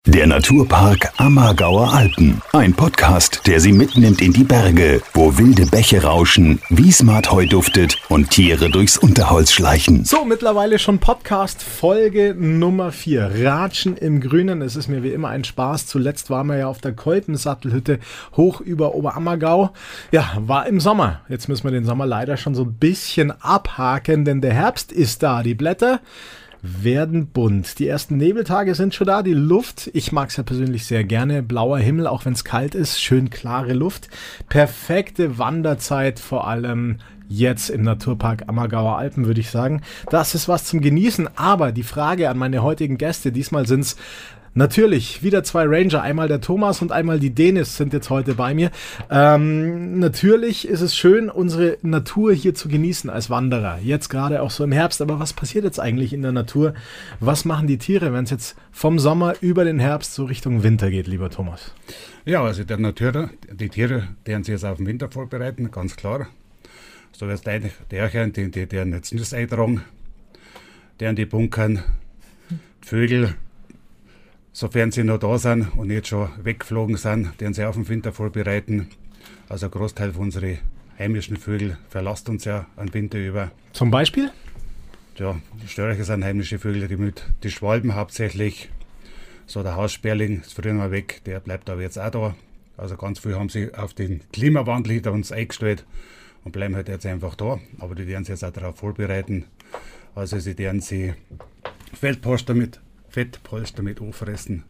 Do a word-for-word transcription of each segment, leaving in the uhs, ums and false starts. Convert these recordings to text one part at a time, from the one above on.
Der Naturpark Ammergauer Alpen. Ein Podcast, der Sie mitnimmt in die Berge, wo wilde Bäche rauschen, Wiesmart Heu duftet und Tiere durchs Unterholz schleichen. So, mittlerweile schon Podcast Folge Nummer vier. Ratschen im Grünen. Es ist mir wie immer ein Spaß. Zuletzt waren wir ja auf der Kolpensattelhütte hoch über Oberammergau. Ja, war im Sommer. Jetzt müssen wir den Sommer leider schon so ein bisschen abhaken, denn der Herbst ist da. Die Blätter werden bunt. Die ersten Nebeltage sind schon da. Die Luft, ich mag es ja persönlich sehr gerne. Blauer Himmel, auch wenn es kalt ist. Schön klare Luft. Perfekte Wanderzeit, vor allem jetzt im Naturpark Ammergauer Alpen, würde ich sagen. Das ist was zum Genießen. Aber die Frage an meine heutigen Gäste, diesmal sind es natürlich wieder zwei Ranger, einmal der Thomas und einmal die Denis sind jetzt heute bei mir. Ähm, natürlich ist es schön, unsere Natur hier zu genießen als Wanderer, jetzt gerade auch so im Herbst, aber was passiert jetzt eigentlich in der Natur? Was machen die Tiere, wenn es jetzt vom Sommer über den Herbst so Richtung Winter geht, lieber Thomas? Ja, also der Natur, die Tiere, deren sie jetzt auf den Winter vorbereiten, ganz klar. So jetzt die Därchen, die, die deren jetzt Nüsse eintragen, deren die bunkern, die Vögel, sofern sie noch da sind und nicht schon weggeflogen sind, deren sie auf den Winter vorbereiten. Also ein Großteil von unseren heimischen Vögel verlässt uns ja den Winter über. Zum Beispiel? Ja, die Störche sind heimische Vögel, die mit die Schwalben hauptsächlich. So der Haussperling ist früher mal weg, der bleibt aber jetzt auch da. Also ganz viel haben sie auf den Klimawandel hinter uns eingestellt und bleiben halt jetzt einfach da. Aber die werden sich jetzt auch darauf vorbereiten. Also sie werden sie Feldpolster mit Fettpolster mit auffressen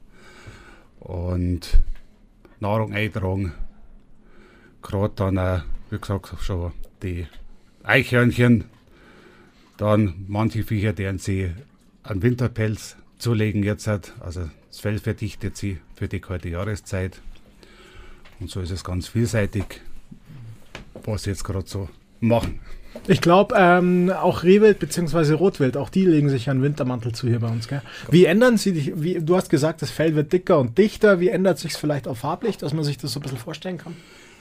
und Nahrung eintragen. Gerade dann auch, wie gesagt, schon die Eichhörnchen. Dann manche Viecher, deren sie einen Winterpelz zulegen jetzt hat. Also das Fell verdichtet sie für die kalte Jahreszeit. Und so ist es ganz vielseitig, was sie jetzt gerade so machen. Ich glaube, ähm, auch Rehwild bzw. Rotwild, auch die legen sich einen Wintermantel zu hier bei uns. Gell? Wie ändern sie dich? Wie, du hast gesagt, das Fell wird dicker und dichter. Wie ändert sich es vielleicht auch farblich, dass man sich das so ein bisschen vorstellen kann?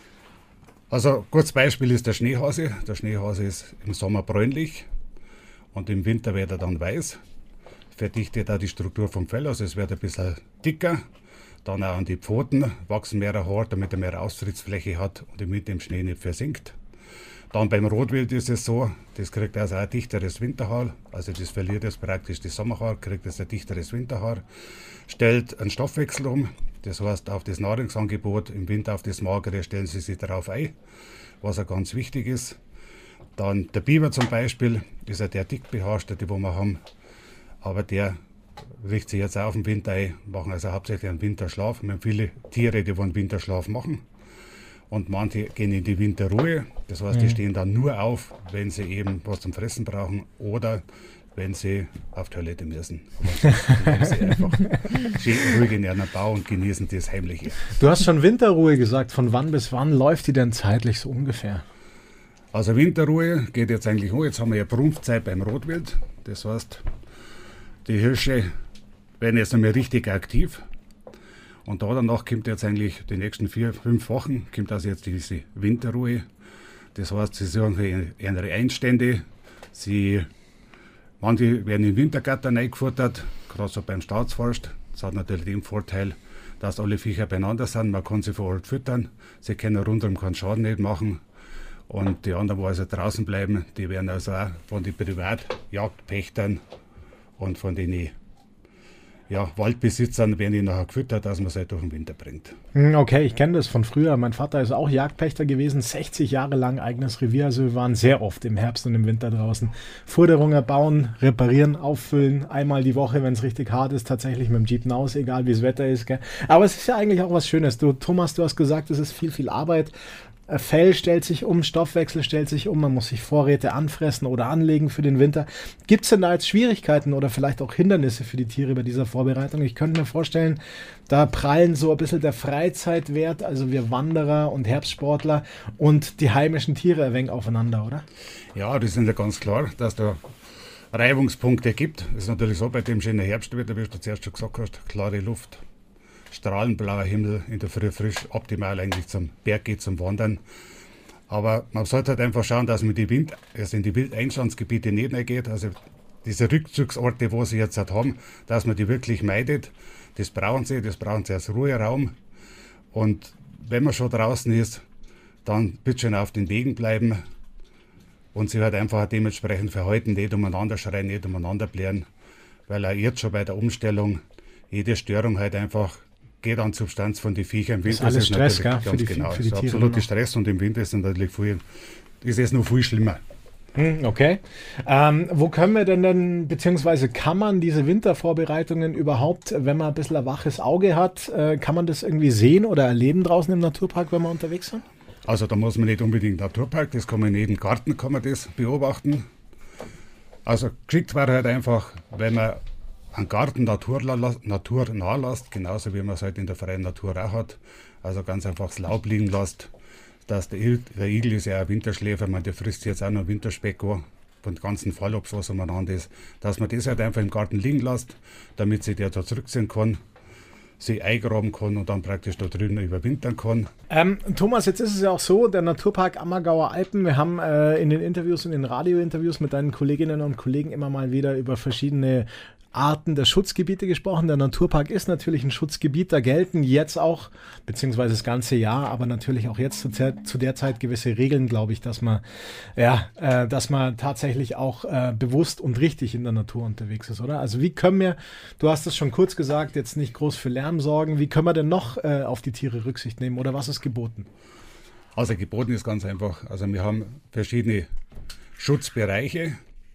Also, gutes Beispiel ist der Schneehase. Der Schneehase ist im Sommer bräunlich und im Winter wird er dann weiß. Verdichtet auch die Struktur vom Fell, also es wird ein bisschen dicker. Dann auch an die Pfoten wachsen mehr Haar, damit er mehr Austrittsfläche hat und im Winter im Schnee nicht versinkt. Dann beim Rotwild ist es so, das kriegt also ein dichteres Winterhaar, also das verliert jetzt praktisch das Sommerhaar, kriegt jetzt ein dichteres Winterhaar, stellt einen Stoffwechsel um, das heißt auf das Nahrungsangebot, im Winter auf das Magere stellen sie sich darauf ein, was auch ganz wichtig ist. Dann der Biber zum Beispiel, ist ja der dick behaarte, den wir haben, aber der richtet sich jetzt auch auf den Winter ein, machen also hauptsächlich einen Winterschlaf. Wir haben viele Tiere, die wollen Winterschlaf machen. Und manche gehen in die Winterruhe, das heißt, die Mhm. stehen dann nur auf, wenn sie eben was zum Fressen brauchen oder wenn sie auf Toilette müssen. Aber bleiben sie einfach schön ruhig in ihren Bau und genießen das Heimliche. Du hast schon Winterruhe gesagt. Von wann bis wann läuft die denn zeitlich so ungefähr? Also Winterruhe geht jetzt eigentlich an. Jetzt haben wir ja Prumpfzeit beim Rotwild. Das heißt, die Hirsche werden jetzt einmal richtig aktiv. Und da danach kommt jetzt eigentlich die nächsten vier, fünf Wochen, kommt also jetzt diese Winterruhe. Das heißt, sie suchen ihre Einstände. Sie, manche werden in Wintergattern eingefuttert, gerade so beim Staatsforst. Das hat natürlich den Vorteil, dass alle Viecher beieinander sind. Man kann sie vor Ort füttern. Sie können rundherum keinen Schaden nicht machen. Und die anderen, die also draußen bleiben, die werden also auch von den Privatjagdpächtern und von den ja, Waldbesitzern werden die nachher gefüttert, dass man es halt durch den Winter bringt. Okay, ich kenne das von früher. Mein Vater ist auch Jagdpächter gewesen, sechzig Jahre lang eigenes Revier. Also wir waren sehr oft im Herbst und im Winter draußen. Forderungen erbauen, reparieren, auffüllen. Einmal die Woche, wenn es richtig hart ist, tatsächlich mit dem Jeep hinaus, egal wie das Wetter ist. Gell? Aber es ist ja eigentlich auch was Schönes. Du, Thomas, du hast gesagt, es ist viel, viel Arbeit. Fell stellt sich um, Stoffwechsel stellt sich um, man muss sich Vorräte anfressen oder anlegen für den Winter. Gibt es denn da jetzt Schwierigkeiten oder vielleicht auch Hindernisse für die Tiere bei dieser Vorbereitung? Ich könnte mir vorstellen, da prallen so ein bisschen der Freizeitwert, also wir Wanderer und Herbstsportler und die heimischen Tiere ein wenig aufeinander, oder? Ja, das ist ja ganz klar, dass da Reibungspunkte gibt. Es ist natürlich so, bei dem schönen Herbstwetter, wie du zuerst schon gesagt hast, klare Luft, strahlenblauer Himmel, in der Früh frisch, optimal eigentlich zum Berg geht, zum Wandern. Aber man sollte halt einfach schauen, dass man die Wind, also in die Wildeinstandsgebiete nicht mehr geht. Also diese Rückzugsorte, wo sie jetzt halt haben, dass man die wirklich meidet, Das brauchen sie, das brauchen sie als Ruheraum. Und wenn man schon draußen ist, dann bitte schön auf den Wegen bleiben und sich halt einfach dementsprechend verhalten, nicht umeinander schreien, nicht umeinander blären, weil auch jetzt schon bei der Umstellung jede Störung halt einfach geht an Substanz von den Viechern. Im Winter ist alles ist es Stress, natürlich gell? ganz Für die, genau, für die es ist Tiere absoluter noch. Stress und im Winter ist es natürlich viel, ist es noch viel schlimmer. Hm, okay. Ähm, wo können wir denn dann, beziehungsweise kann man diese Wintervorbereitungen überhaupt, wenn man ein bisschen ein waches Auge hat, äh, kann man das irgendwie sehen oder erleben draußen im Naturpark, wenn wir unterwegs sind? Also da muss man nicht unbedingt Naturpark, das kann man in jedem Garten kann man das beobachten. Also geschickt wäre halt einfach, wenn man einen Garten Natur, Natur nah lässt, genauso wie man es halt in der freien Natur auch hat. Also ganz einfach das Laub liegen lässt. Dass der, Il, der Igel ist ja ein Winterschläfer, man, der frisst jetzt auch noch Winterspeck an, von dem ganzen Fallobst, was umeinander ist. Dass man das halt einfach im Garten liegen lässt, damit sich der da zurückziehen kann, sich eingraben kann und dann praktisch da drüben überwintern kann. Ähm, Thomas, jetzt ist es ja auch so, der Naturpark Ammergauer Alpen, wir haben äh, in den Interviews, in den Radiointerviews mit deinen Kolleginnen und Kollegen immer mal wieder über verschiedene Arten der Schutzgebiete gesprochen. Der Naturpark ist natürlich ein Schutzgebiet, da gelten jetzt auch, beziehungsweise das ganze Jahr, aber natürlich auch jetzt zu der, zu der Zeit gewisse Regeln, glaube ich, dass man, ja, äh, dass man tatsächlich auch äh, bewusst und richtig in der Natur unterwegs ist, oder? Also wie können wir, du hast es schon kurz gesagt, jetzt nicht groß für Lärm sorgen, wie können wir denn noch äh, auf die Tiere Rücksicht nehmen oder was ist geboten? Also geboten ist ganz einfach, also wir haben verschiedene Schutzbereiche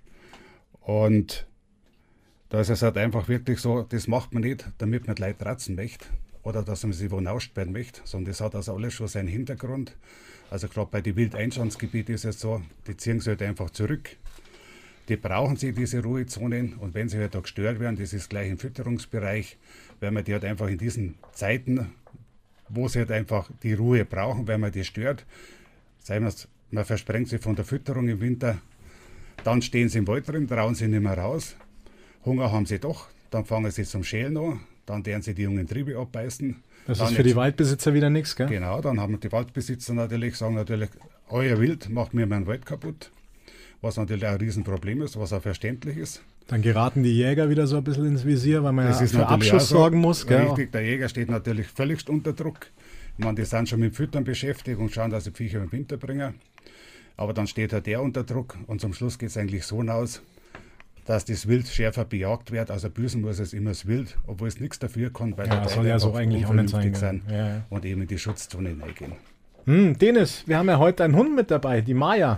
und da ist es halt einfach wirklich so, das macht man nicht, damit man die Leute ratzen möchte oder dass man sie wo aussperren möchte, sondern das hat also alles schon seinen Hintergrund. Also gerade bei den Wildeinstandsgebieten ist es so, die ziehen sich halt einfach zurück. Die brauchen sie, diese Ruhezonen, und wenn sie halt da gestört werden, das ist gleich im Fütterungsbereich, weil man die halt einfach in diesen Zeiten, wo sie halt einfach die Ruhe brauchen, weil man die stört, sagen wir, man versprengt sie von der Fütterung im Winter, dann stehen sie im Wald drin, trauen sie nicht mehr raus. Hunger haben sie doch, dann fangen sie zum Schälen an, dann werden sie die jungen Triebe abbeißen. Das dann ist für die Waldbesitzer wieder nichts, gell? Genau, dann haben die Waldbesitzer natürlich, sagen natürlich, euer Wild macht mir meinen Wald kaputt, was natürlich auch ein Riesenproblem ist, was auch verständlich ist. Dann geraten die Jäger wieder so ein bisschen ins Visier, weil man Das ja ist für natürlich Abschuss auch so. sorgen muss, gell? Richtig, der Jäger steht natürlich völligst unter Druck. Ich meine, die sind schon mit Füttern beschäftigt und schauen, dass sie Viecher im Winter bringen. Aber dann steht halt der unter Druck und zum Schluss geht es eigentlich so hinaus, dass das Wild schärfer bejagt wird. Also büßen muss es immer das Wild, obwohl es nichts dafür kann, weil Ja, die das Teile soll ja so einfach eigentlich auch nicht sein, unvernünftig gell? sind Ja, ja. und eben in die Schutzzone hineingehen. Hm, Dennis, wir haben ja heute einen Hund mit dabei, die Maja.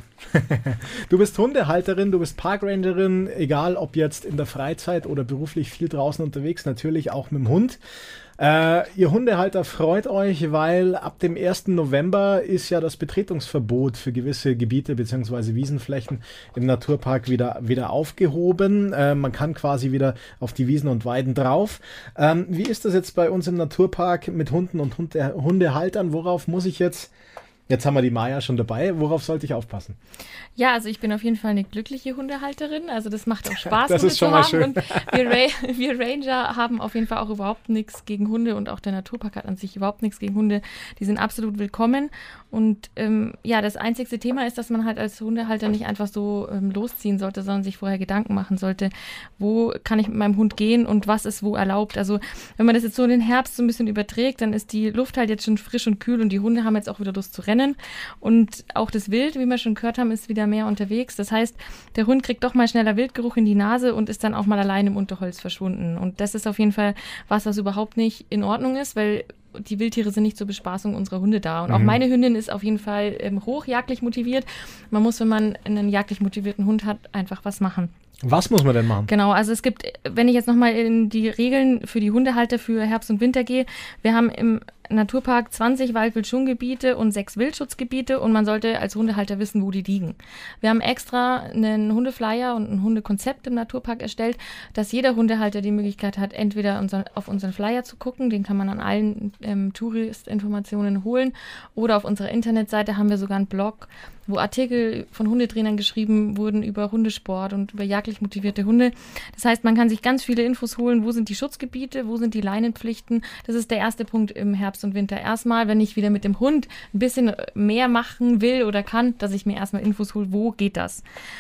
Du bist Hundehalterin, du bist Parkrangerin, egal ob jetzt in der Freizeit oder beruflich viel draußen unterwegs, natürlich auch mit dem Hund. Äh, ihr Hundehalter freut euch, weil ab dem ersten November ist ja das Betretungsverbot für gewisse Gebiete bzw. Wiesenflächen im Naturpark wieder, wieder aufgehoben. Äh, man kann quasi wieder auf die Wiesen und Weiden drauf. Ähm, wie ist das jetzt bei uns im Naturpark mit Hunden und Hunde, Hundehaltern? Worauf muss ich jetzt, jetzt haben wir die Maja schon dabei, worauf sollte ich aufpassen? Ja, also ich bin auf jeden Fall eine glückliche Hundehalterin. Also das macht auch Spaß, Das Hunde ist schon zu mal haben. schön. Und wir, Ra- wir Ranger haben auf jeden Fall auch überhaupt nichts gegen Hunde und auch der Naturpark hat an sich überhaupt nichts gegen Hunde. Die sind absolut willkommen. Und ähm, ja, das einzigste Thema ist, dass man halt als Hundehalter nicht einfach so ähm, losziehen sollte, sondern sich vorher Gedanken machen sollte, wo kann ich mit meinem Hund gehen und was ist wo erlaubt. Also wenn man das jetzt so in den Herbst so ein bisschen überträgt, dann ist die Luft halt jetzt schon frisch und kühl und die Hunde haben jetzt auch wieder Lust zu rennen. Und auch das Wild, wie wir schon gehört haben, ist wieder mehr unterwegs. Das heißt, der Hund kriegt doch mal schneller Wildgeruch in die Nase und ist dann auch mal allein im Unterholz verschwunden. Und das ist auf jeden Fall was, was überhaupt nicht in Ordnung ist, weil die Wildtiere sind nicht zur Bespaßung unserer Hunde da. Und auch Mhm. meine meine Hündin ist auf jeden Fall ähm, hochjagdlich motiviert. Man muss, wenn man einen jagdlich motivierten Hund hat, einfach was machen. Was muss man denn machen? Genau, also es gibt, wenn ich jetzt nochmal in die Regeln für die Hundehalter für Herbst und Winter gehe, wir haben im Naturpark zwanzig Wald-Wild-Schongebiete und sechs Wildschutzgebiete und man sollte als Hundehalter wissen, wo die liegen. Wir haben extra einen Hundeflyer und ein Hundekonzept im Naturpark erstellt, dass jeder Hundehalter die Möglichkeit hat, entweder unser, auf unseren Flyer zu gucken, den kann man an allen ähm, Touristinformationen holen, oder auf unserer Internetseite haben wir sogar einen Blog, wo Artikel von Hundetrainern geschrieben wurden über Hundesport und über jagdlich motivierte Hunde. Das heißt, man kann sich ganz viele Infos holen, wo sind die Schutzgebiete, wo sind die Leinenpflichten. Das ist der erste Punkt im Herbst und Winter. Erstmal, wenn ich wieder mit dem Hund ein bisschen mehr machen will oder kann, dass ich mir erstmal Infos hole, wo geht das.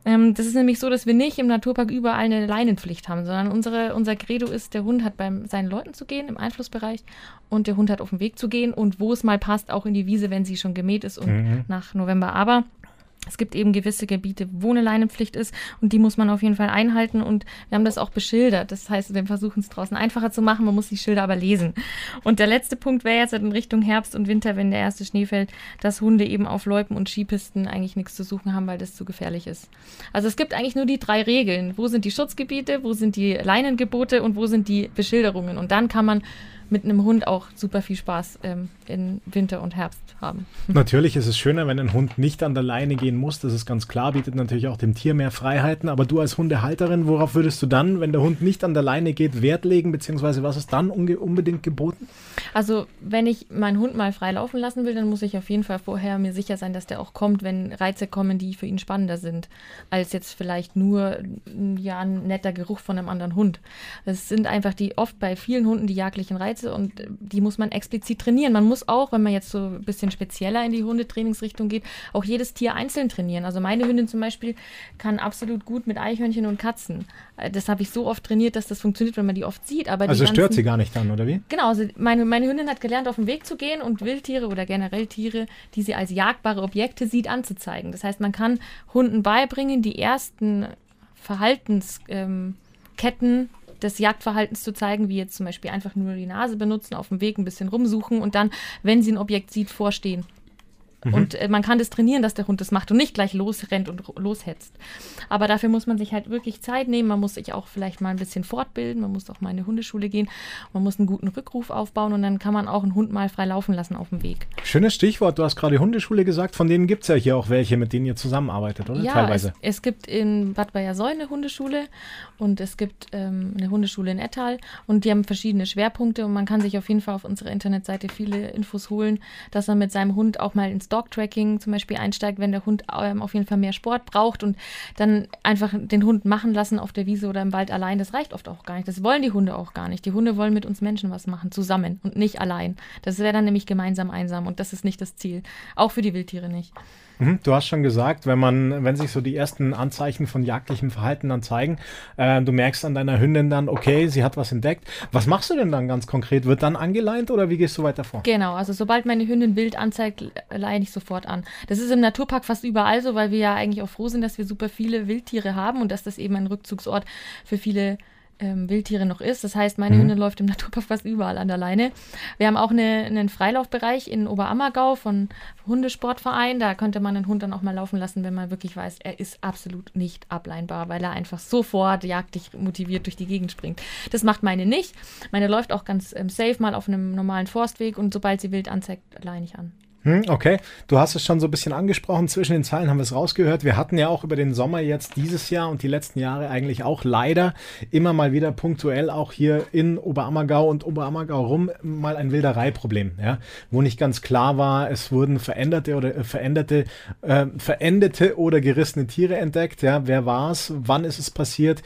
Ähm, das ist nämlich so, dass wir nicht im Naturpark überall eine Leinenpflicht haben, sondern unsere, unser Credo ist, der Hund hat bei seinen Leuten zu gehen, im Einflussbereich, und der Hund hat auf dem Weg zu gehen und wo es mal passt, auch in die Wiese, wenn sie schon gemäht ist und mhm. nach November. Aber es gibt eben gewisse Gebiete, wo eine Leinenpflicht ist und die muss man auf jeden Fall einhalten und wir haben das auch beschildert. Das heißt, wir versuchen es draußen einfacher zu machen, man muss die Schilder aber lesen. Und der letzte Punkt wäre jetzt in Richtung Herbst und Winter, wenn der erste Schnee fällt, dass Hunde eben auf Loipen und Skipisten eigentlich nichts zu suchen haben, weil das zu gefährlich ist. Also es gibt eigentlich nur die drei Regeln. Wo sind die Schutzgebiete, wo sind die Leinengebote und wo sind die Beschilderungen? Und dann kann man mit einem Hund auch super viel Spaß ähm, in Winter und Herbst haben. Natürlich ist es schöner, wenn ein Hund nicht an der Leine gehen muss, das ist ganz klar, bietet natürlich auch dem Tier mehr Freiheiten, aber du als Hundehalterin, worauf würdest du dann, wenn der Hund nicht an der Leine geht, Wert legen, beziehungsweise was ist dann unge- unbedingt geboten? Also wenn ich meinen Hund mal frei laufen lassen will, dann muss ich auf jeden Fall vorher mir sicher sein, dass der auch kommt, wenn Reize kommen, die für ihn spannender sind, als jetzt vielleicht nur ja, ein netter Geruch von einem anderen Hund. Es sind einfach die oft bei vielen Hunden die jagdlichen Reize und die muss man explizit trainieren. Man muss auch, wenn man jetzt so ein bisschen spezieller in die Hundetrainingsrichtung geht, auch jedes Tier einzeln trainieren. Also meine Hündin zum Beispiel kann absolut gut mit Eichhörnchen und Katzen. Das habe ich so oft trainiert, dass das funktioniert, wenn man die oft sieht. Aber also die stört ganzen, sie gar nicht dann, oder wie? Genau, also meine, meine Hündin hat gelernt, auf den Weg zu gehen und Wildtiere oder generell Tiere, die sie als jagbare Objekte sieht, anzuzeigen. Das heißt, man kann Hunden beibringen, die ersten Verhaltensketten ähm, des Jagdverhaltens zu zeigen, wie jetzt zum Beispiel einfach nur die Nase benutzen, auf dem Weg ein bisschen rumsuchen und dann, wenn sie ein Objekt sieht, vorstehen. Mhm. Und äh, man kann das trainieren, dass der Hund das macht und nicht gleich losrennt und loshetzt. Aber dafür muss man sich halt wirklich Zeit nehmen. Man muss sich auch vielleicht mal ein bisschen fortbilden. Man muss auch mal in eine Hundeschule gehen. Man muss einen guten Rückruf aufbauen und dann kann man auch einen Hund mal frei laufen lassen auf dem Weg. Schönes Stichwort. Du hast gerade Hundeschule gesagt. Von denen gibt es ja hier auch welche, mit denen ihr zusammenarbeitet, oder? Ja, teilweise. Es, es gibt in Bad Bayersoy eine Hundeschule und es gibt ähm, eine Hundeschule in Ettal und die haben verschiedene Schwerpunkte und man kann sich auf jeden Fall auf unserer Internetseite viele Infos holen, dass man mit seinem Hund auch mal ins Dog-Tracking zum Beispiel einsteigt, wenn der Hund ähm, auf jeden Fall mehr Sport braucht und dann einfach den Hund machen lassen auf der Wiese oder im Wald allein, das reicht oft auch gar nicht. Das wollen die Hunde auch gar nicht. Die Hunde wollen mit uns Menschen was machen, zusammen und nicht allein. Das wäre dann nämlich gemeinsam einsam und das ist nicht das Ziel. Auch für die Wildtiere nicht. Du hast schon gesagt, wenn man, wenn sich so die ersten Anzeichen von jagdlichem Verhalten dann zeigen, äh, du merkst an deiner Hündin dann, okay, sie hat was entdeckt. Was machst du denn dann ganz konkret? Wird dann angeleint oder wie gehst du weiter vor? Genau, also sobald meine Hündin wild anzeigt, leine ich sofort an. Das ist im Naturpark fast überall so, weil wir ja eigentlich auch froh sind, dass wir super viele Wildtiere haben und dass das eben ein Rückzugsort für viele Ähm, Wildtiere noch ist. Das heißt, meine mhm. Hündin läuft im Naturpark fast überall an der Leine. Wir haben auch eine, einen Freilaufbereich in Oberammergau von Hundesportverein. Da könnte man den Hund dann auch mal laufen lassen, wenn man wirklich weiß, er ist absolut nicht ableinbar, weil er einfach sofort jagdlich motiviert durch die Gegend springt. Das macht meine nicht. Meine läuft auch ganz ähm, safe mal auf einem normalen Forstweg und sobald sie wild anzeigt, leine ich an. Hm, okay, du hast es schon so ein bisschen angesprochen, zwischen den Zeilen haben wir es rausgehört. Wir hatten ja auch über den Sommer jetzt dieses Jahr und die letzten Jahre eigentlich auch leider immer mal wieder punktuell auch hier in Oberammergau und Oberammergau rum mal ein Wildereiproblem, ja, wo nicht ganz klar war, es wurden veränderte oder äh, veränderte, äh, verendete oder gerissene Tiere entdeckt, ja, wer war es, wann ist es passiert,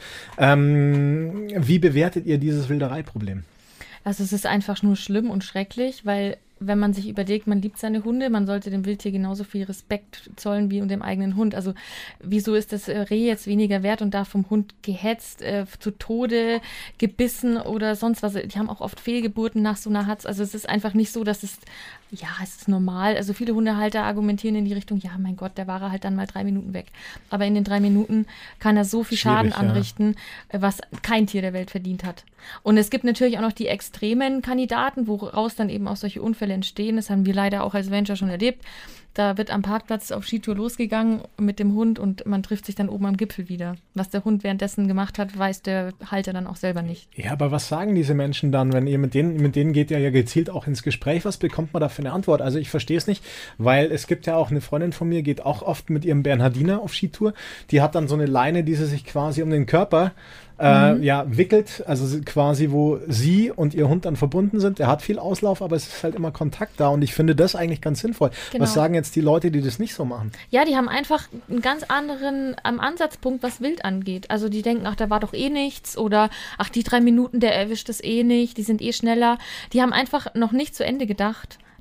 ähm, wie bewertet ihr dieses Wildereiproblem? Also es ist einfach nur schlimm und schrecklich, weil wenn man sich überlegt, man liebt seine Hunde, man sollte dem Wildtier genauso viel Respekt zollen wie und dem eigenen Hund. Also wieso ist das Reh jetzt weniger wert und darf vom Hund gehetzt, äh, zu Tode gebissen oder sonst was? Die haben auch oft Fehlgeburten nach so einer Hatz. Also es ist einfach nicht so, dass es, ja, es ist normal. Also viele Hundehalter argumentieren in die Richtung, ja, mein Gott, der war halt dann mal drei Minuten weg. Aber in den drei Minuten kann er so viel Schaden anrichten, ja, was kein Tier der Welt verdient hat. Und es gibt natürlich auch noch die extremen Kandidaten, woraus dann eben auch solche Unfälle entstehen. Das haben wir leider auch als Venture schon erlebt. Da wird am Parkplatz auf Skitour losgegangen mit dem Hund und man trifft sich dann oben am Gipfel wieder. Was der Hund währenddessen gemacht hat, weiß der Halter dann auch selber nicht. Ja, aber was sagen diese Menschen dann, wenn ihr mit denen, mit denen geht ihr ja gezielt auch ins Gespräch, was bekommt man da für eine Antwort? Also ich verstehe es nicht, weil es gibt ja auch eine Freundin von mir, geht auch oft mit ihrem Bernhardiner auf Skitour. Die hat dann so eine Leine, die sie sich quasi um den Körper Äh, mhm. ja, wickelt, also quasi, wo sie und ihr Hund dann verbunden sind. Der hat viel Auslauf, aber es ist halt immer Kontakt da und ich finde das eigentlich ganz sinnvoll. Genau. Was sagen jetzt die Leute, die das nicht so machen? Ja, die haben einfach einen ganz anderen ähm, Ansatzpunkt, was Wild angeht. Also die denken, ach, da war doch eh nichts oder ach, die drei Minuten, der erwischt es eh nicht, die sind eh schneller. Die haben einfach noch nicht zu Ende gedacht,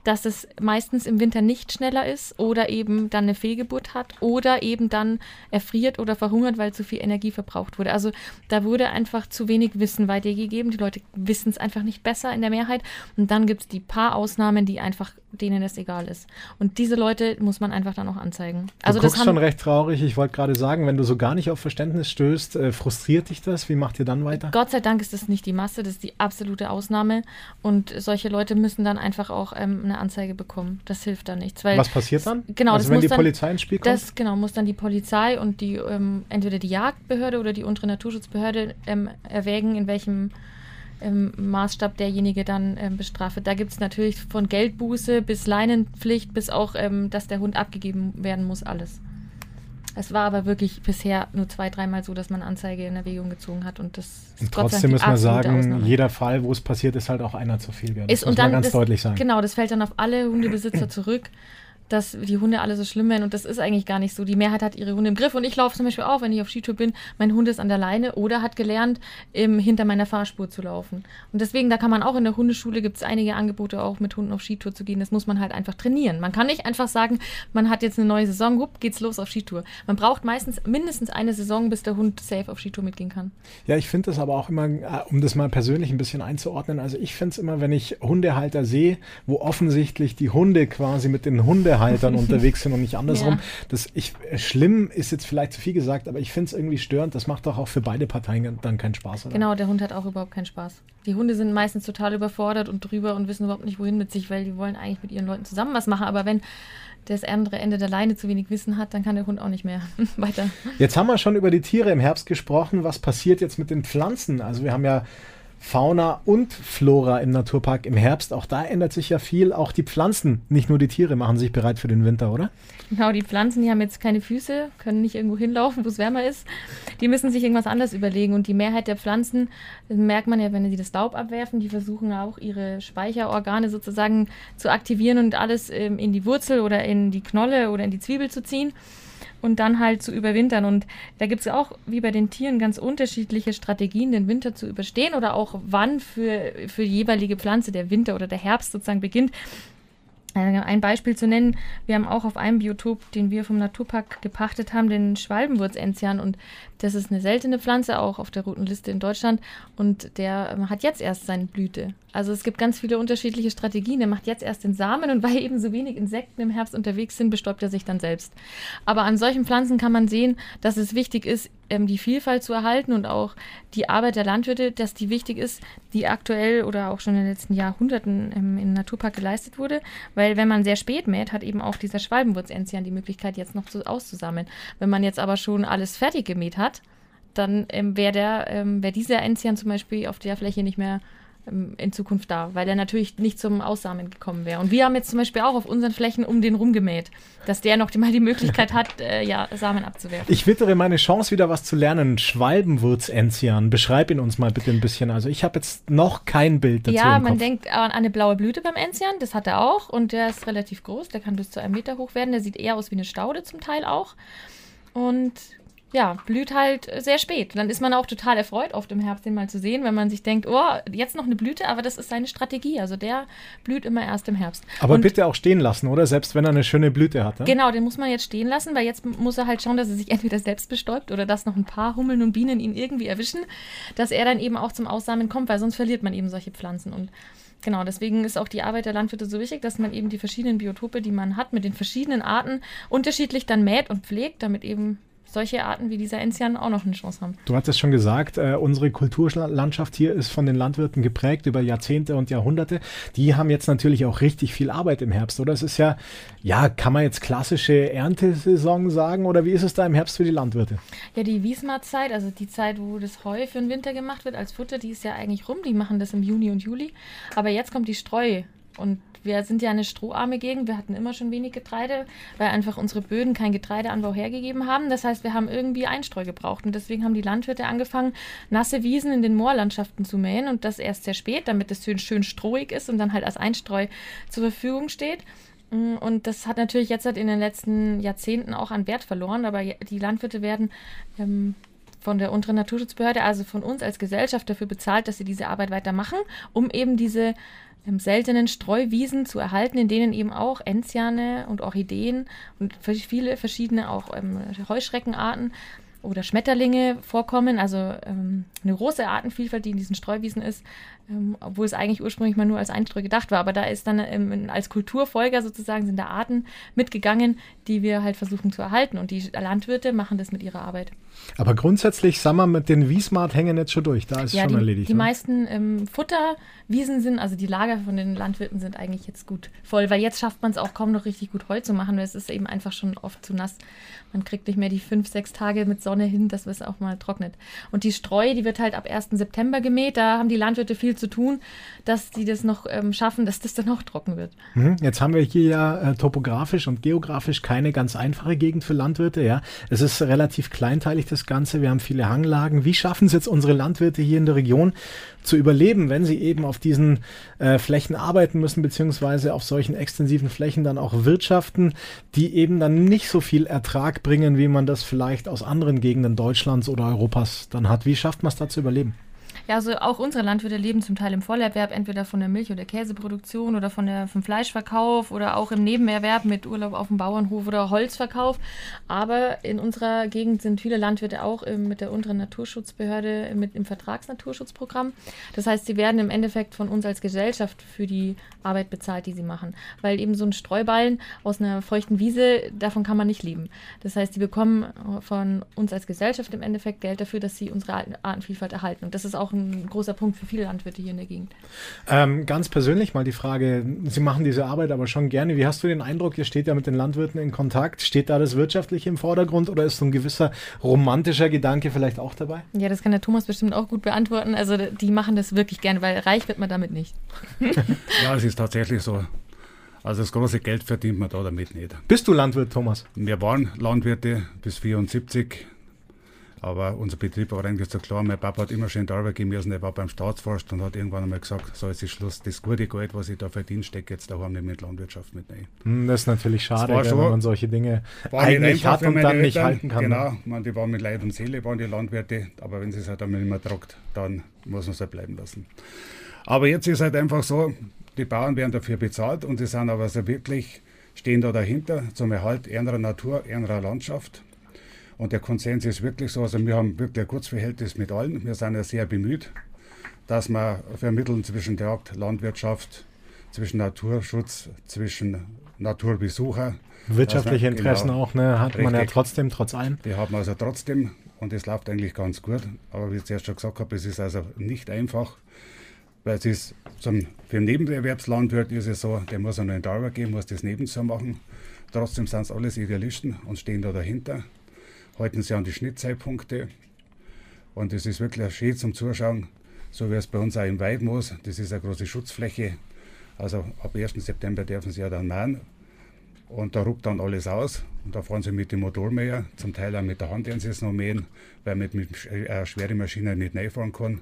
dass es meistens im Winter nicht schneller ist oder eben dann eine Fehlgeburt hat oder eben dann erfriert oder verhungert, weil zu viel Energie verbraucht wurde. Also da wurde einfach zu wenig Wissen weitergegeben. Die Leute wissen es einfach nicht besser in der Mehrheit. Und dann gibt es die paar Ausnahmen, die einfach denen es egal ist. Und diese Leute muss man einfach dann auch anzeigen. Also du guckst das haben, schon recht traurig. Ich wollte gerade sagen, wenn du so gar nicht auf Verständnis stößt, äh, frustriert dich das? Wie macht ihr dann weiter? Gott sei Dank ist das nicht die Masse, das ist die absolute Ausnahme. Und solche Leute müssen dann einfach auch ähm, eine Anzeige bekommen. Das hilft dann nichts. Weil Was passiert dann? Genau, also das wenn muss die dann, Polizei ins Spiel kommt? Das genau, muss dann die Polizei und die ähm, entweder die Jagdbehörde oder die untere Naturschutzbehörde ähm, erwägen, in welchem ähm, Maßstab derjenige dann ähm, bestraft wird. Da gibt es natürlich von Geldbuße bis Leinenpflicht bis auch, ähm, dass der Hund abgegeben werden muss, alles. Es war aber wirklich bisher nur zwei, dreimal so, dass man Anzeige in Erwägung gezogen hat. Und das ist Und Gott sei trotzdem Dank die müssen wir absolute sagen, Ausnahme. jeder Fall, wo es passiert, ist halt auch einer zu viel wert. Das Ist, muss und dann man ganz das, deutlich sagen. Genau, das fällt dann auf alle Hundebesitzer zurück, dass die Hunde alle so schlimm werden. Und das ist eigentlich gar nicht so. Die Mehrheit hat ihre Hunde im Griff. Und ich laufe zum Beispiel auch, wenn ich auf Skitour bin, mein Hund ist an der Leine oder hat gelernt, im, hinter meiner Fahrspur zu laufen. Und deswegen, da kann man auch in der Hundeschule, gibt es einige Angebote, auch mit Hunden auf Skitour zu gehen. Das muss man halt einfach trainieren. Man kann nicht einfach sagen, man hat jetzt eine neue Saison, hup, geht's los auf Skitour. Man braucht meistens mindestens eine Saison, bis der Hund safe auf Skitour mitgehen kann. Ja, ich finde das aber auch immer, um das mal persönlich ein bisschen einzuordnen, also ich finde es immer, wenn ich Hundehalter sehe, wo offensichtlich die Hunde quasi mit den Hundehaltern unterwegs sind und nicht andersrum. Ja. Das ich, schlimm ist jetzt vielleicht zu viel gesagt, aber ich finde es irgendwie störend. Das macht doch auch für beide Parteien dann keinen Spaß, oder? Genau, der Hund hat auch überhaupt keinen Spaß. Die Hunde sind meistens total überfordert und drüber und wissen überhaupt nicht, wohin mit sich, weil die wollen eigentlich mit ihren Leuten zusammen was machen. Aber wenn das andere Ende der Leine zu wenig Wissen hat, dann kann der Hund auch nicht mehr weiter. Jetzt haben wir schon über die Tiere im Herbst gesprochen. Was passiert jetzt mit den Pflanzen? Also wir haben ja Fauna und Flora im Naturpark im Herbst. Auch da ändert sich ja viel. Auch die Pflanzen, nicht nur die Tiere, machen sich bereit für den Winter, oder? Genau, die Pflanzen, die haben jetzt keine Füße, können nicht irgendwo hinlaufen, wo es wärmer ist. Die müssen sich irgendwas anderes überlegen. Und die Mehrheit der Pflanzen, das merkt man ja, wenn sie das Laub abwerfen, die versuchen auch ihre Speicherorgane sozusagen zu aktivieren und alles ähm, in die Wurzel oder in die Knolle oder in die Zwiebel zu ziehen. Und dann halt zu überwintern. Und da gibt es auch, wie bei den Tieren, ganz unterschiedliche Strategien, den Winter zu überstehen oder auch wann für, für die jeweilige Pflanze der Winter oder der Herbst sozusagen beginnt. Ein Beispiel zu nennen, wir haben auch auf einem Biotop, den wir vom Naturpark gepachtet haben, den Schwalbenwurzenzian, und das ist eine seltene Pflanze, auch auf der roten Liste in Deutschland, und der ähm, hat jetzt erst seine Blüte. Also es gibt ganz viele unterschiedliche Strategien, der macht jetzt erst den Samen und weil eben so wenig Insekten im Herbst unterwegs sind, bestäubt er sich dann selbst. Aber an solchen Pflanzen kann man sehen, dass es wichtig ist, ähm, die Vielfalt zu erhalten und auch die Arbeit der Landwirte, dass die wichtig ist, die aktuell oder auch schon in den letzten Jahrhunderten ähm, im Naturpark geleistet wurde, weil wenn man sehr spät mäht, hat eben auch dieser Schwalbenwurzenzian die Möglichkeit, jetzt noch zu, auszusammeln. Wenn man jetzt aber schon alles fertig gemäht hat, dann ähm, wäre der, ähm, wär dieser Enzian zum Beispiel auf der Fläche nicht mehr ähm, in Zukunft da, weil er natürlich nicht zum Aussamen gekommen wäre. Und wir haben jetzt zum Beispiel auch auf unseren Flächen um den rumgemäht, dass der noch mal die Möglichkeit hat, äh, ja, Samen abzuwerfen. Ich wittere meine Chance, wieder was zu lernen. Schwalbenwurzenzian, beschreib ihn uns mal bitte ein bisschen. Also ich habe jetzt noch kein Bild dazu Ja, im man Kopf. denkt an eine blaue Blüte beim Enzian, das hat er auch und der ist relativ groß, der kann bis zu einem Meter hoch werden, der sieht eher aus wie eine Staude zum Teil auch und ja, blüht halt sehr spät. Dann ist man auch total erfreut, oft im Herbst den mal zu sehen, wenn man sich denkt, oh, jetzt noch eine Blüte, aber das ist seine Strategie. Also der blüht immer erst im Herbst. Aber und bitte auch stehen lassen, oder? Selbst wenn er eine schöne Blüte hat. Ne? Genau, den muss man jetzt stehen lassen, weil jetzt muss er halt schauen, dass er sich entweder selbst bestäubt oder dass noch ein paar Hummeln und Bienen ihn irgendwie erwischen, dass er dann eben auch zum Aussamen kommt, weil sonst verliert man eben solche Pflanzen. Und genau, deswegen ist auch die Arbeit der Landwirte so wichtig, dass man eben die verschiedenen Biotope, die man hat, mit den verschiedenen Arten unterschiedlich dann mäht und pflegt, damit eben solche Arten wie dieser Enzian auch noch eine Chance haben. Du hattest schon gesagt, äh, unsere Kulturlandschaft hier ist von den Landwirten geprägt über Jahrzehnte und Jahrhunderte. Die haben jetzt natürlich auch richtig viel Arbeit im Herbst, oder? Es ist ja, ja, kann man jetzt klassische Erntesaison sagen, oder wie ist es da im Herbst für die Landwirte? Ja, die Wismar-Zeit, also die Zeit, wo das Heu für den Winter gemacht wird als Futter, die ist ja eigentlich rum. Die machen das im Juni und Juli. Aber jetzt kommt die Streu. Und wir sind ja eine stroharme Gegend, wir hatten immer schon wenig Getreide, weil einfach unsere Böden keinen Getreideanbau hergegeben haben. Das heißt, wir haben irgendwie Einstreu gebraucht und deswegen haben die Landwirte angefangen, nasse Wiesen in den Moorlandschaften zu mähen und das erst sehr spät, damit es schön, schön strohig ist und dann halt als Einstreu zur Verfügung steht. Und das hat natürlich jetzt halt in den letzten Jahrzehnten auch an Wert verloren, aber die Landwirte werden ähm, von der unteren Naturschutzbehörde, also von uns als Gesellschaft, dafür bezahlt, dass sie diese Arbeit weitermachen, um eben diese ähm, seltenen Streuwiesen zu erhalten, in denen eben auch Enziane und Orchideen und viele verschiedene auch ähm, Heuschreckenarten oder Schmetterlinge vorkommen, also ähm, eine große Artenvielfalt, die in diesen Streuwiesen ist, ähm, obwohl es eigentlich ursprünglich mal nur als Einstreu gedacht war, aber da ist dann ähm, als Kulturfolger sozusagen sind da Arten mitgegangen, die wir halt versuchen zu erhalten und die Landwirte machen das mit ihrer Arbeit. Aber grundsätzlich, sagen wir, mit den Wiesmart hängen jetzt schon durch, da ist ja, schon die, erledigt. Die ne? meisten ähm, Futterwiesen sind, also die Lager von den Landwirten sind eigentlich jetzt gut voll, weil jetzt schafft man es auch kaum noch richtig gut Heu zu machen, weil es ist eben einfach schon oft zu nass. Man kriegt nicht mehr die fünf, sechs Tage mit Sonne hin, dass es auch mal trocknet. Und die Streu, die wird halt ab ersten September gemäht, da haben die Landwirte viel zu tun, dass die das noch ähm, schaffen, dass das dann auch trocken wird. Mhm. Jetzt haben wir hier ja äh, topografisch und geografisch keine ganz einfache Gegend für Landwirte. Ja, es ist relativ kleinteilig das Ganze. Wir haben viele Hanglagen. Wie schaffen es jetzt unsere Landwirte hier in der Region zu überleben, wenn sie eben auf diesen äh, Flächen arbeiten müssen, beziehungsweise auf solchen extensiven Flächen dann auch wirtschaften, die eben dann nicht so viel Ertrag bringen, wie man das vielleicht aus anderen Gegenden Deutschlands oder Europas dann hat. Wie schafft man es da zu überleben? Ja, also auch unsere Landwirte leben zum Teil im Vollerwerb, entweder von der Milch- oder Käseproduktion oder von der, vom Fleischverkauf oder auch im Nebenerwerb mit Urlaub auf dem Bauernhof oder Holzverkauf. Aber in unserer Gegend sind viele Landwirte auch im, mit der unteren Naturschutzbehörde mit im Vertragsnaturschutzprogramm. Das heißt, sie werden im Endeffekt von uns als Gesellschaft für die Arbeit bezahlt, die sie machen. Weil eben so ein Streuballen aus einer feuchten Wiese, davon kann man nicht leben. Das heißt, sie bekommen von uns als Gesellschaft im Endeffekt Geld dafür, dass sie unsere Artenvielfalt erhalten. Und das ist auch ein großer Punkt für viele Landwirte hier in der Gegend. Ähm, ganz persönlich mal die Frage, Sie machen diese Arbeit aber schon gerne. Wie hast du den Eindruck, ihr steht ja mit den Landwirten in Kontakt, steht da das Wirtschaftliche im Vordergrund oder ist so ein gewisser romantischer Gedanke vielleicht auch dabei? Ja, das kann der Thomas bestimmt auch gut beantworten. Also die machen das wirklich gerne, weil reich wird man damit nicht. Ja, es ist tatsächlich so. Also das große Geld verdient man da damit nicht. Bist du Landwirt, Thomas? Wir waren Landwirte bis vierundsiebzig. Aber unser Betrieb war eigentlich so klar, mein Papa hat immer schön arbeiten müssen, er war beim Staatsforst und hat irgendwann einmal gesagt, so jetzt ist Schluss, das gute Geld, was ich da verdiene, stecke jetzt daheim nicht mit Landwirtschaft mit rein. Das ist natürlich schade, war gell, schon, wenn man solche Dinge war eigentlich einfach hat und dann Eltern, nicht halten kann. Genau, man, die waren mit Leib und Seele, waren die Landwirte, aber wenn sie es halt einmal nicht mehr tragt, dann muss man es halt bleiben lassen. Aber jetzt ist halt einfach so, die Bauern werden dafür bezahlt und sie sind aber so wirklich, stehen da dahinter zum Erhalt ihrer Natur, ihrer Landschaft. Und der Konsens ist wirklich so, also wir haben wirklich ein gutes Verhältnis mit allen. Wir sind ja sehr bemüht, dass wir vermitteln zwischen Jagd, Landwirtschaft, zwischen Naturschutz, zwischen Naturbesucher. Wirtschaftliche wir, Interessen genau, auch, ne, hat man ja richtig. trotzdem, trotz allem. Die haben wir also trotzdem und es läuft eigentlich ganz gut. Aber wie ich zuerst schon gesagt habe, es ist also nicht einfach, weil es ist, zum, für den Nebenerwerbslandwirt ist es so, der muss noch in die Arbeit gehen, muss das nebenzu machen. Trotzdem sind es alles Idealisten und stehen da dahinter. Halten sie an die Schnittzeitpunkte und es ist wirklich schön zum Zuschauen, so wie es bei uns auch im Weidmoos, das ist eine große Schutzfläche, also ab ersten September dürfen sie ja dann mähen und da ruckt dann alles aus und da fahren sie mit dem Motormäher, zum Teil auch mit der Hand werden sie es noch mähen, weil man mit äh, schweren Maschinen nicht reinfahren kann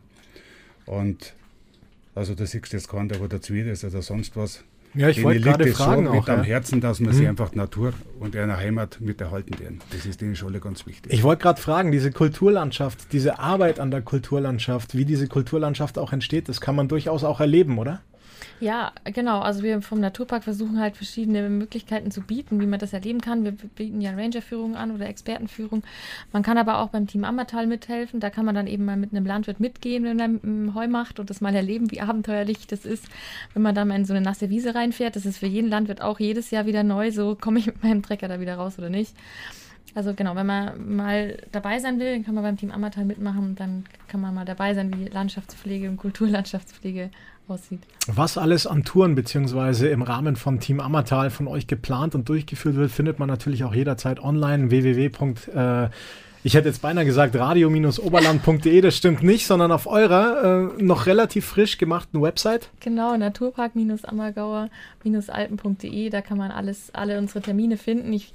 und also da siehst du jetzt keinen, der wo dazwischen ist oder sonst was. Ja, ich wollte gerade fragen so auch. mit am Ja. Herzen, dass man Mhm. sich einfach Natur und ihre Heimat mit erhalten werden. Das ist denen schon alle ganz wichtig. Ich wollte gerade fragen, diese Kulturlandschaft, diese Arbeit an der Kulturlandschaft, wie diese Kulturlandschaft auch entsteht, das kann man durchaus auch erleben, oder? Ja, genau. Also wir vom Naturpark versuchen halt verschiedene Möglichkeiten zu bieten, wie man das erleben kann. Wir bieten ja Rangerführungen an oder Expertenführung. Man kann aber auch beim Team Ammertal mithelfen. Da kann man dann eben mal mit einem Landwirt mitgehen, wenn er Heu macht und das mal erleben, wie abenteuerlich das ist, wenn man da mal in so eine nasse Wiese reinfährt. Das ist für jeden Landwirt auch jedes Jahr wieder neu. So, komme ich mit meinem Trecker da wieder raus oder nicht? Also genau, wenn man mal dabei sein will, dann kann man beim Team Ammertal mitmachen und dann kann man mal dabei sein, wie Landschaftspflege und Kulturlandschaftspflege aussieht. Was alles an Touren beziehungsweise im Rahmen von Team Ammertal von euch geplant und durchgeführt wird, findet man natürlich auch jederzeit online, w w w. Äh, ich hätte jetzt beinahe gesagt radio oberland punkt de, das stimmt nicht, sondern auf eurer äh, noch relativ frisch gemachten Website. Genau, naturpark Ammergauer Alpen punkt de, da kann man alles, alle unsere Termine finden. Ich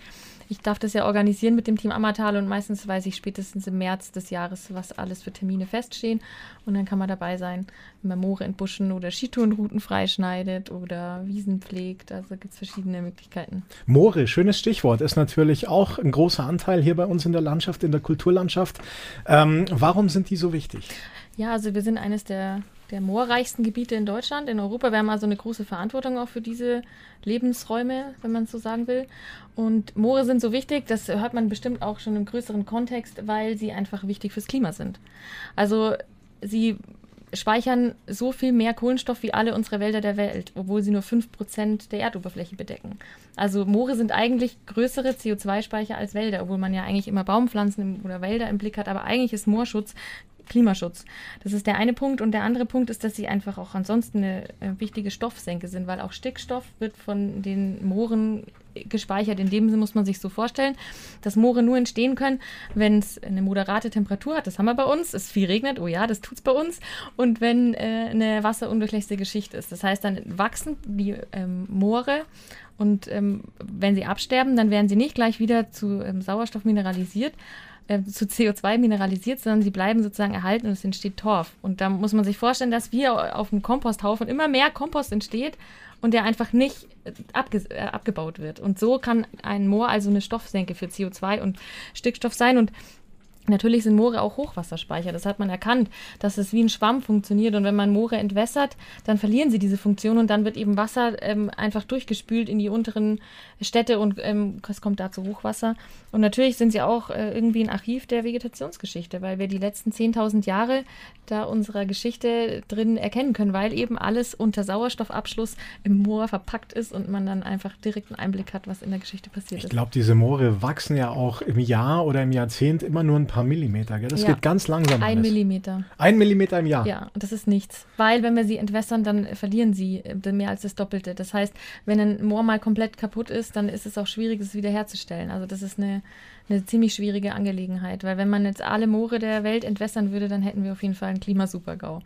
ich darf das ja organisieren mit dem Team Ammertal und meistens weiß ich spätestens im März des Jahres, was alles für Termine feststehen und dann kann man dabei sein, wenn man Moore entbuschen oder Skitourenrouten freischneidet oder Wiesen pflegt, also gibt es verschiedene Möglichkeiten. Moore, schönes Stichwort, ist natürlich auch ein großer Anteil hier bei uns in der Landschaft, in der Kulturlandschaft. Ähm, warum sind die so wichtig? Ja, also wir sind eines der, der moorreichsten Gebiete in Deutschland, in Europa. Wir haben also eine große Verantwortung auch für diese Lebensräume, wenn man es so sagen will. Und Moore sind so wichtig, das hört man bestimmt auch schon im größeren Kontext, weil sie einfach wichtig fürs Klima sind. Also sie speichern so viel mehr Kohlenstoff wie alle unsere Wälder der Welt, obwohl sie nur fünf Prozent der Erdoberfläche bedecken. Also Moore sind eigentlich größere C O zwei Speicher als Wälder, obwohl man ja eigentlich immer Baumpflanzen oder Wälder im Blick hat, aber eigentlich ist Moorschutz Klimaschutz. Das ist der eine Punkt. Und der andere Punkt ist, dass sie einfach auch ansonsten eine äh, wichtige Stoffsenke sind, weil auch Stickstoff wird von den Mooren gespeichert. In dem Sinne muss man sich so vorstellen, dass Moore nur entstehen können, wenn es eine moderate Temperatur hat. Das haben wir bei uns. Es viel regnet. Oh ja, das tut's bei uns. Und wenn äh, eine wasserundurchlässige Schicht ist. Das heißt, dann wachsen die ähm, Moore und ähm, wenn sie absterben, dann werden sie nicht gleich wieder zu ähm, Sauerstoff mineralisiert, zu C O zwei mineralisiert, sondern sie bleiben sozusagen erhalten und es entsteht Torf. Und da muss man sich vorstellen, dass wir auf dem Komposthaufen immer mehr Kompost entsteht und der einfach nicht abge- äh, abgebaut wird. Und so kann ein Moor also eine Stoffsenke für C O zwei und Stickstoff sein. Und natürlich sind Moore auch Hochwasserspeicher. Das hat man erkannt, dass es wie ein Schwamm funktioniert. Und wenn man Moore entwässert, dann verlieren sie diese Funktion und dann wird eben Wasser ähm, einfach durchgespült in die unteren Städte und ähm, es kommt da zu Hochwasser. Und natürlich sind sie auch äh, irgendwie ein Archiv der Vegetationsgeschichte, weil wir die letzten zehntausend Jahre da unserer Geschichte drin erkennen können, weil eben alles unter Sauerstoffabschluss im Moor verpackt ist und man dann einfach direkt einen Einblick hat, was in der Geschichte passiert ist. Ich glaube, diese Moore wachsen ja auch im Jahr oder im Jahrzehnt immer nur ein paar Millimeter. Gell? Das Ja. geht ganz langsam. Ein alles. Millimeter. Ein Millimeter im Jahr. Ja, und das ist nichts. Weil, wenn wir sie entwässern, dann verlieren sie mehr als das Doppelte. Das heißt, wenn ein Moor mal komplett kaputt ist, dann ist es auch schwierig, es wiederherzustellen. Also das ist eine, eine ziemlich schwierige Angelegenheit. Weil wenn man jetzt alle Moore der Welt entwässern würde, dann hätten wir auf jeden Fall einen Klimasuper-GAU.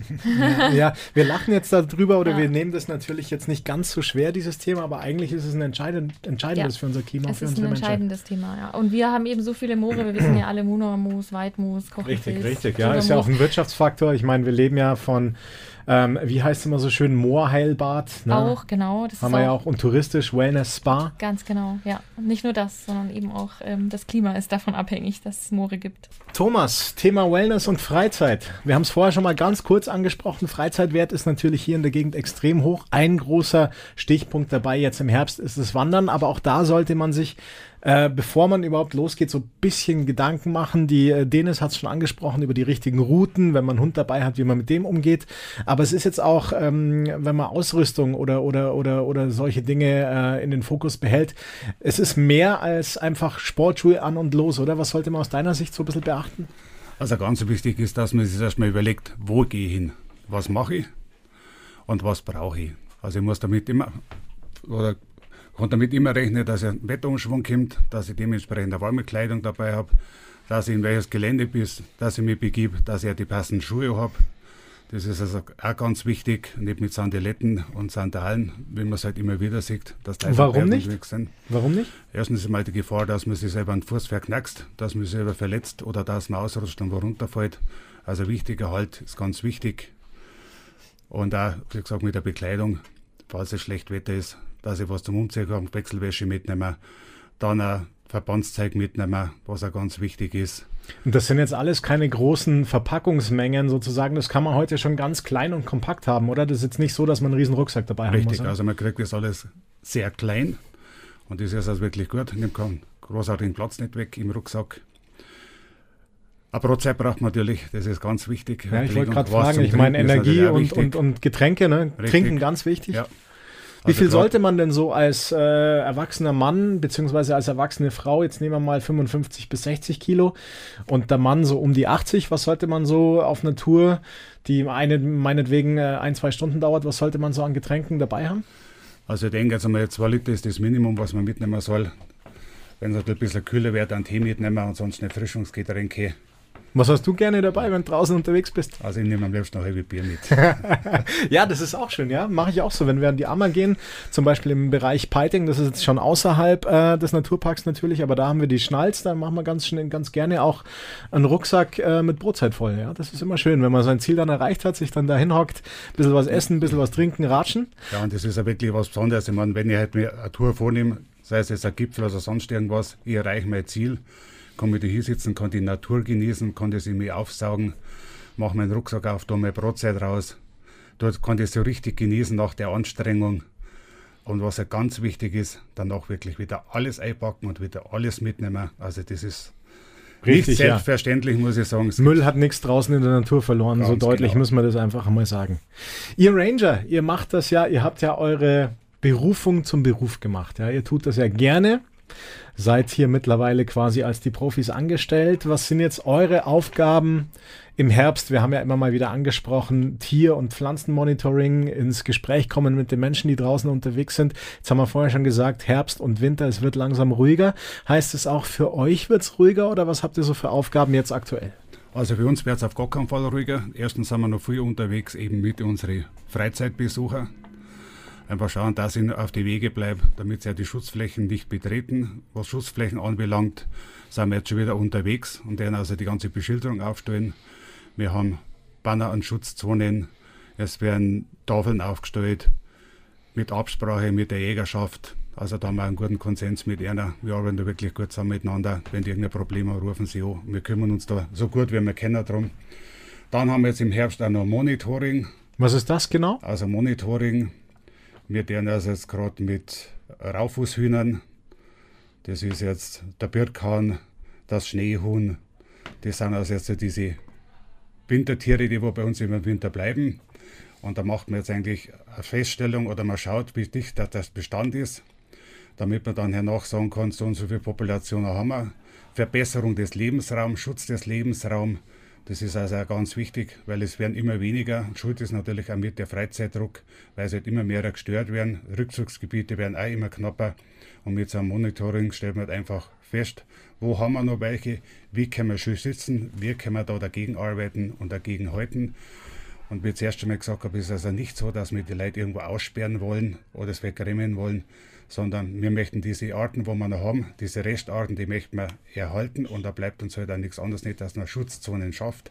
Ja, ja, wir lachen jetzt darüber oder Ja. wir nehmen das natürlich jetzt nicht ganz so schwer, dieses Thema, aber eigentlich ist es ein entscheidend, entscheidendes Ja. für unser Klima, Es für ist ein unsere Menschheit. entscheidendes Thema, ja. Und wir haben eben so viele Moore, wir wissen ja alle Monormoos, Weidmoos, Kochelfilz. Richtig, richtig. Ja, ist ja auch ein Wirtschaftsfaktor. Ich meine, wir leben ja von, ähm, wie heißt es immer so schön, Moorheilbad. Ne? Auch, genau. Das Haben ist wir ja auch und touristisch Wellness Spa. Ganz genau, ja. Und nicht nur das, sondern eben auch ähm, das Klima ist davon abhängig, dass es Moore gibt. Thomas, Thema Wellness und Freizeit. Wir haben es vorher schon mal ganz kurz angesprochen. Freizeitwert ist natürlich hier in der Gegend extrem hoch. Ein großer Stichpunkt dabei jetzt im Herbst ist das Wandern, aber auch da sollte man sich, äh, bevor man überhaupt losgeht, so ein bisschen Gedanken machen. Die äh, Dennis hat es schon angesprochen über die richtigen Routen, wenn man einen Hund dabei hat, wie man mit dem umgeht. Aber es ist jetzt auch, ähm, wenn man Ausrüstung oder, oder, oder, oder solche Dinge äh, in den Fokus behält, es ist mehr als einfach Sportschuhe an und los, oder? Was sollte man aus deiner Sicht so ein bisschen beachten? Also ganz wichtig ist, dass man sich erstmal überlegt, wo gehe ich hin, was mache ich und was brauche ich. Also ich muss damit immer, oder kann damit immer rechnen, dass ein Wetterumschwung kommt, dass ich dementsprechend eine warme Kleidung dabei habe, dass ich in welches Gelände bin, dass ich mich begebe, dass ich auch die passenden Schuhe habe. Das ist also auch ganz wichtig, nicht mit Sandaletten und Sandalen, wie man es halt immer wieder sieht. Dass da Warum Pferde nicht? unterwegs sind. Warum nicht? Erstens ist einmal die Gefahr, dass man sich selber einen Fuß verknackst, dass man sich selber verletzt oder dass man ausrutscht und wo runterfällt. Also wichtiger Halt ist ganz wichtig. Und auch, wie gesagt, mit der Bekleidung, falls es schlecht Wetter ist, dass ich was zum Umziehen habe, Wechselwäsche mitnehmen, dann ein Verbandszeug mitnehmen, was auch ganz wichtig ist. Und das sind jetzt alles keine großen Verpackungsmengen sozusagen. Das kann man heute schon ganz klein und kompakt haben, oder? Das ist jetzt nicht so, dass man einen riesen Rucksack dabei haben muss. Richtig, oder? also man kriegt das alles sehr klein und das ist also wirklich gut. Nimmt keinen großartigen Platz nicht weg im Rucksack. Eine Brotzeit braucht man natürlich, das ist ganz wichtig. Ja, ich wollte Bewegung, gerade was fragen, zum ich meine Trinken ist Energie natürlich auch und, wichtig. und, und Getränke, ne? Richtig. Trinken ganz wichtig. Ja. Wie Also viel grad- sollte man denn so als äh, erwachsener Mann beziehungsweise als erwachsene Frau, jetzt nehmen wir mal fünfundfünfzig bis sechzig Kilo und der Mann so um die achtzig, was sollte man so auf einer Tour, die eine meinetwegen äh, ein, zwei Stunden dauert, was sollte man so an Getränken dabei haben? Also ich denke, jetzt einmal zwei Liter ist das Minimum, was man mitnehmen soll. Wenn es halt ein bisschen kühler wird, einen Tee mitnehmen und sonst eine Erfrischungsgetränke. Was hast du gerne dabei, wenn du draußen unterwegs bist? Also ich nehme am liebsten noch ein Bier mit. Ja, das ist auch schön, ja. Mache ich auch so, wenn wir an die Ammer gehen, zum Beispiel im Bereich Peiting, das ist jetzt schon außerhalb äh, des Naturparks natürlich, aber da haben wir die Schnalz, da machen wir ganz, schnell, ganz gerne auch einen Rucksack äh, mit Brotzeit voll, ja. Das ist immer schön, wenn man sein Ziel dann erreicht hat, sich dann da hinhockt, ein bisschen was essen, ein bisschen was trinken, ratschen. Ja, und das ist ja wirklich was Besonderes. Ich meine, wenn ich halt mir eine Tour vornehme, sei es jetzt ein Gipfel oder sonst irgendwas, ich erreiche mein Ziel, kann mich da hier sitzen, kann die Natur genießen, kann das in mich aufsaugen, mache meinen Rucksack auf, da meine Brotzeit raus. Dort kann ich das so richtig genießen nach der Anstrengung. Und was ja ganz wichtig ist, dann auch wirklich wieder alles einpacken und wieder alles mitnehmen. Also das ist richtig, nicht selbstverständlich, ja. Muss ich sagen. Es Müll hat nichts draußen in der Natur verloren, so deutlich genau. Müssen wir das einfach einmal sagen. Ihr Ranger, ihr macht das ja, ihr habt ja eure Berufung zum Beruf gemacht. Ja? Ihr tut das ja gerne. Seid hier mittlerweile quasi als die Profis angestellt. Was sind jetzt eure Aufgaben im Herbst? Wir haben ja immer mal wieder angesprochen, Tier- und Pflanzenmonitoring, ins Gespräch kommen mit den Menschen, die draußen unterwegs sind. Jetzt haben wir vorher schon gesagt, Herbst und Winter, es wird langsam ruhiger. Heißt es auch für euch wird es ruhiger oder was habt ihr so für Aufgaben jetzt aktuell? Also für uns wird es auf gar keinen Fall ruhiger. Erstens sind wir noch viel unterwegs, eben mit unseren Freizeitbesuchern. Einfach schauen, dass ich auf die Wege bleibe, damit sie ja die Schutzflächen nicht betreten. Was Schutzflächen anbelangt, sind wir jetzt schon wieder unterwegs und werden also die ganze Beschilderung aufstellen. Wir haben Banner an Schutzzonen, es werden Tafeln aufgestellt mit Absprache mit der Jägerschaft. Also da haben wir einen guten Konsens mit einer. Wir arbeiten da wirklich gut zusammen miteinander. Wenn die irgendein Problem haben, rufen sie an. Wir kümmern uns da so gut, wie wir können drum. Dann haben wir jetzt im Herbst auch noch Monitoring. Was ist das genau? Also Monitoring. Wir tun also jetzt gerade mit Raufußhühnern, das ist jetzt der Birkhahn, das Schneehuhn, das sind also jetzt diese Wintertiere, die wo bei uns im Winter bleiben. Und da macht man jetzt eigentlich eine Feststellung oder man schaut, wie dicht das Bestand ist, damit man dann hernach sagen kann, so und so viele Populationen haben wir. Verbesserung des Lebensraums, Schutz des Lebensraums. Das ist also auch ganz wichtig, weil es werden immer weniger. Schuld ist natürlich auch mit der Freizeitdruck, weil sie halt immer mehr gestört werden. Rückzugsgebiete werden auch immer knapper. Und mit so einem Monitoring stellt man halt einfach fest, wo haben wir noch welche, wie können wir schön sitzen, wie können wir da dagegen arbeiten und dagegen halten. Und wie ich zuerst schon mal gesagt habe, ist es also nicht so, dass wir die Leute irgendwo aussperren wollen oder es wegräumen wollen, sondern wir möchten diese Arten, wo wir noch haben, diese Restarten, die möchten wir erhalten und da bleibt uns halt auch nichts anderes nicht, dass man Schutzzonen schafft.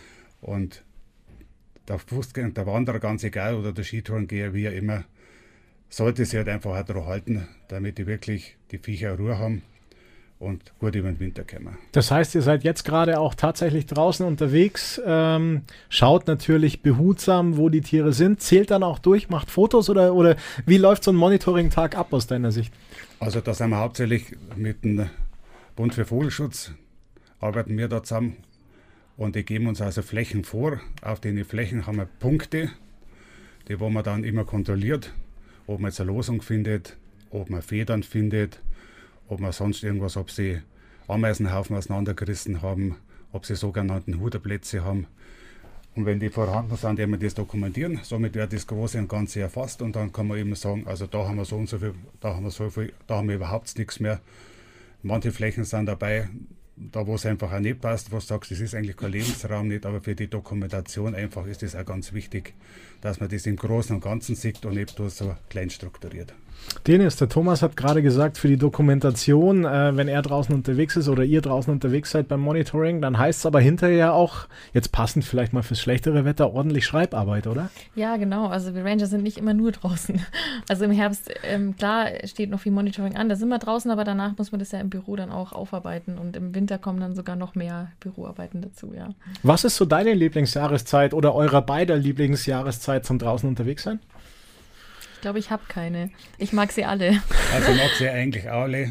Und der Fußgänger, der Wanderer, ganz egal, oder der Skitourengeher, wie auch immer, sollte sich halt einfach auch daran halten, damit die wirklich die Viecher Ruhe haben und gut über den Winter kommen. Das heißt, ihr seid jetzt gerade auch tatsächlich draußen unterwegs, ähm, schaut natürlich behutsam, wo die Tiere sind, zählt dann auch durch, macht Fotos oder, oder wie läuft so ein Monitoring-Tag ab aus deiner Sicht? Also da sind wir hauptsächlich mit dem Bund für Vogelschutz, arbeiten wir da zusammen und die geben uns also Flächen vor. Auf den Flächen haben wir Punkte, die wo man dann immer kontrolliert, ob man jetzt eine Losung findet, ob man Federn findet, ob man sonst irgendwas, ob sie Ameisenhaufen auseinandergerissen haben, ob sie sogenannten Huderplätze haben. Und wenn die vorhanden sind, werden wir das dokumentieren. Somit wird das Große und Ganze erfasst und dann kann man eben sagen, also da haben wir so und so viel, da haben wir so viel, da haben wir überhaupt nichts mehr. Manche Flächen sind dabei, da wo es einfach auch nicht passt, wo du sagst, das ist eigentlich kein Lebensraum nicht, aber für die Dokumentation einfach ist das auch ganz wichtig, dass man das im Großen und Ganzen sieht und nicht nur so klein strukturiert. Dennis, der Thomas hat gerade gesagt, für die Dokumentation, äh, wenn er draußen unterwegs ist oder ihr draußen unterwegs seid beim Monitoring, dann heißt es aber hinterher auch, jetzt passend vielleicht mal fürs schlechtere Wetter, ordentlich Schreibarbeit, oder? Ja, genau. Also wir Ranger sind nicht immer nur draußen. Also im Herbst, ähm, klar, steht noch viel Monitoring an, da sind wir draußen, aber danach muss man das ja im Büro dann auch aufarbeiten und im Winter kommen dann sogar noch mehr Büroarbeiten dazu, ja. Was ist so deine Lieblingsjahreszeit oder eurer beider Lieblingsjahreszeit zum draußen unterwegs sein? Ich glaube, ich habe keine. Ich mag sie alle. Also ich mag sie eigentlich alle,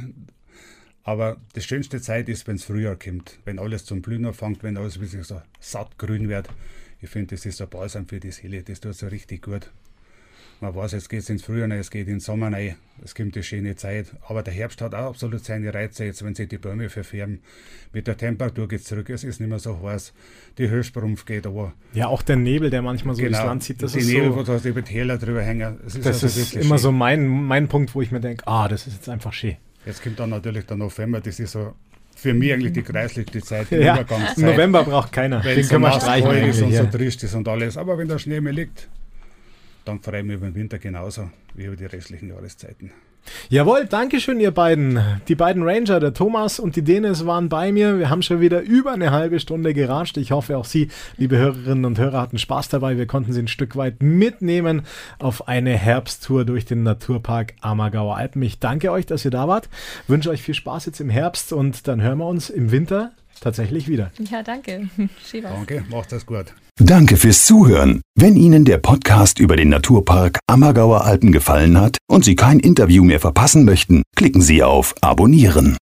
aber die schönste Zeit ist, wenn es Frühjahr kommt, wenn alles zum Blühen anfängt, wenn alles wirklich so sattgrün wird. Ich finde, das ist ein Balsam für die Seele, das tut so richtig gut. Man weiß, jetzt geht es ins Frühjahr rein, es geht in den Sommer rein, es kommt die schöne Zeit. Aber der Herbst hat auch absolut seine Reize, jetzt wenn sich die Bäume verfärben. Mit der Temperatur geht es zurück, es ist nicht mehr so heiß, die Höchstsprumpf geht aber. Ja, auch der Nebel, der manchmal so genau, ins Land zieht, das die ist Nebel, so... wo da die Täler drüber hängen. Das ist, das also ist immer schön. so mein, mein Punkt, wo ich mir denke, ah, das ist jetzt einfach schön. Jetzt kommt dann natürlich der November, das ist so für mich eigentlich die kreislichste Zeit, die Ja, Übergangszeit. November braucht keiner. Wenn Den es können wir so streichen. nass ist und eigentlich, so ja. trist ist und alles. Aber wenn der Schnee mehr liegt, dann freue ich mich über den Winter genauso wie über die restlichen Jahreszeiten. Jawohl, Dankeschön, ihr beiden. Die beiden Ranger, der Thomas und die Denis, waren bei mir. Wir haben schon wieder über eine halbe Stunde geratscht. Ich hoffe, auch Sie, liebe Hörerinnen und Hörer, hatten Spaß dabei. Wir konnten Sie ein Stück weit mitnehmen auf eine Herbsttour durch den Naturpark Ammergauer Alpen. Ich danke euch, dass ihr da wart. Wünsche euch viel Spaß jetzt im Herbst und dann hören wir uns im Winter tatsächlich wieder. Ja, danke. Schivas. Danke, macht das gut. Danke fürs Zuhören. Wenn Ihnen der Podcast über den Naturpark Ammergauer Alpen gefallen hat und Sie kein Interview mehr verpassen möchten, klicken Sie auf Abonnieren.